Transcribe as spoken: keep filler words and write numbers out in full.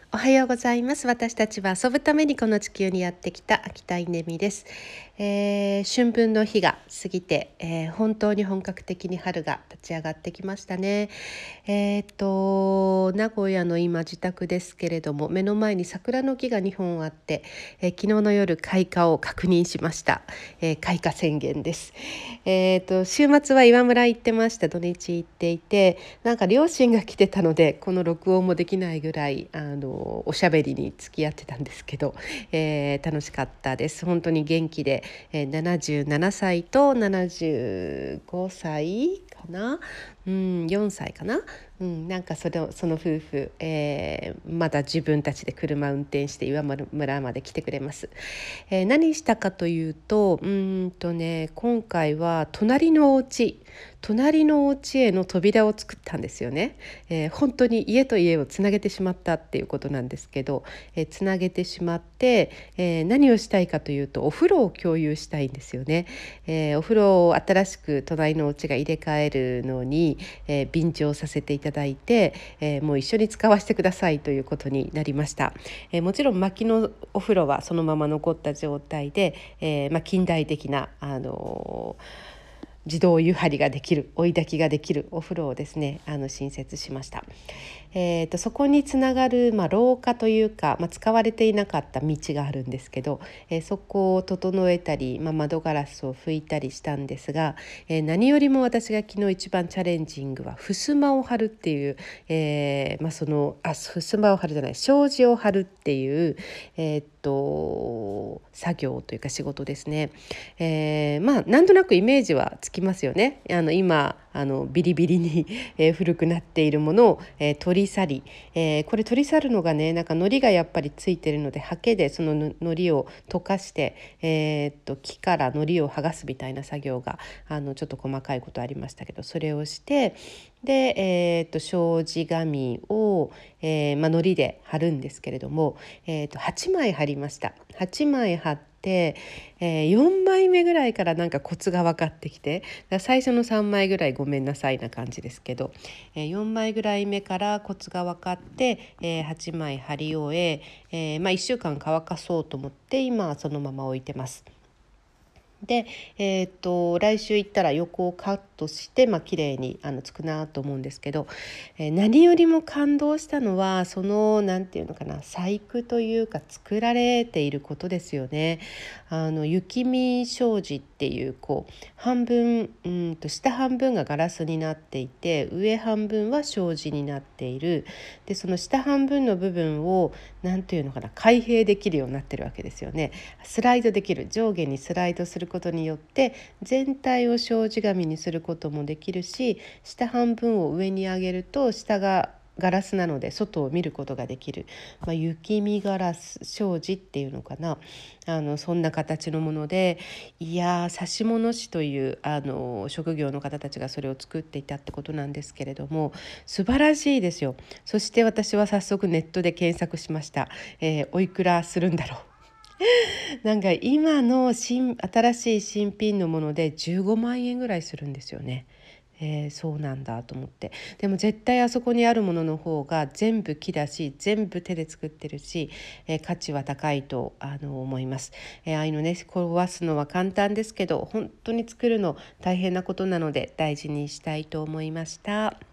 おはようございます。私たちは遊ぶためにこの地球にやってきた秋田稲美です。えー、春分の日が過ぎて、えー、本当に本格的に春が立ち上がってきましたね。えー、と名古屋の今自宅ですけれども、目の前に桜の木がにほんあって、えー、昨日の夜開花を確認しました。えー、開花宣言です。えー、と週末は岩村行ってました。土日行っていて、なんか両親が来てたのでこの録音もできないぐらいあのおしゃべりに付き合ってたんですけど、えー、楽しかったです。本当に元気で、えー、ななじゅうななさいとななじゅうごさいかな、うん、よんさいかな、うん、なんかその、その夫婦、えー、まだ自分たちで車運転して岩村まで来てくれます。えー、何したかというと、うーんとね、今回は隣のお家隣のお家への扉を作ったんですよね。えー、本当に家と家をつなげてしまったっていうことなんですけど、えー、つなげてしまって、えー、何をしたいかというとお風呂を共有したいんですよね。えー、お風呂を新しく隣のお家が入れ替えるのに、えー、便乗させていただいて、えー、もう一緒に使わせてくださいということになりました。えー、もちろん薪のお風呂はそのまま残った状態で、えーまあ、近代的なあのー自動湯張りができる追い焚きができるお風呂をですねあの新設しました。えー、とそこにつながる、まあ、廊下というか、まあ、使われていなかった道があるんですけど、えー、そこを整えたり、まあ、窓ガラスを拭いたりしたんですが、えー、何よりも私が昨日一番チャレンジングは襖を張るっていう、えーまあ、そのあ襖を張るじゃない障子を張るっていう、えー、っと作業というか仕事ですね。えー、まあなんとなくイメージはつきますよね。あの今あのビリビリに、えー、古くなっているものを、えー、取り去り、えー、これ取り去るのがねなんか糊がやっぱりついてるのでハケでその糊を溶かして、えー、っと木から糊を剥がすみたいな作業があのちょっと細かいことありましたけど、それをしてで、えー、っと障子紙を、えーまあ、糊で貼るんですけれども、えー、っとはちまい貼りました。はちまい貼ってで、えー、よんまいめぐらいからなんかコツが分かってきて、最初のさんまいぐらいごめんなさいな感じですけど、えー、よんまいぐらい目からコツが分かって、えー、はちまい貼り終ええーまあ、いっしゅうかん乾かそうと思って今はそのまま置いてます。で、えー、と来週行ったら横をカットして、まあ綺麗にあのつくなと思うんですけど、えー、何よりも感動したのはそのなんていうのかな細工というか作られていることですよね。あの雪見障子っていうこう半分うんと下半分がガラスになっていて上半分は障子になっている。でその下半分の部分をなんていうのかな開閉できるようになってるわけですよね。スライドできる上下にスライドすることによって全体を障子紙にすることもできるし、下半分を上に上げると下がガラスなので外を見ることができる、まあ、雪見ガラス障子っていうのかな、あのそんな形のもので、いやー指物師というあの職業の方たちがそれを作っていたってことなんですけれども、素晴らしいですよ。そして私は早速ネットで検索しました。えー、おいくらするんだろうなんか今の新新しい新品のものでじゅうごまんえんぐらいするんですよね。えー、そうなんだと思って、でも絶対あそこにあるものの方が全部木だし全部手で作ってるし、えー、価値は高いとあの思います。えー、ああいうのね壊すのは簡単ですけど本当に作るの大変なことなので大事にしたいと思いました。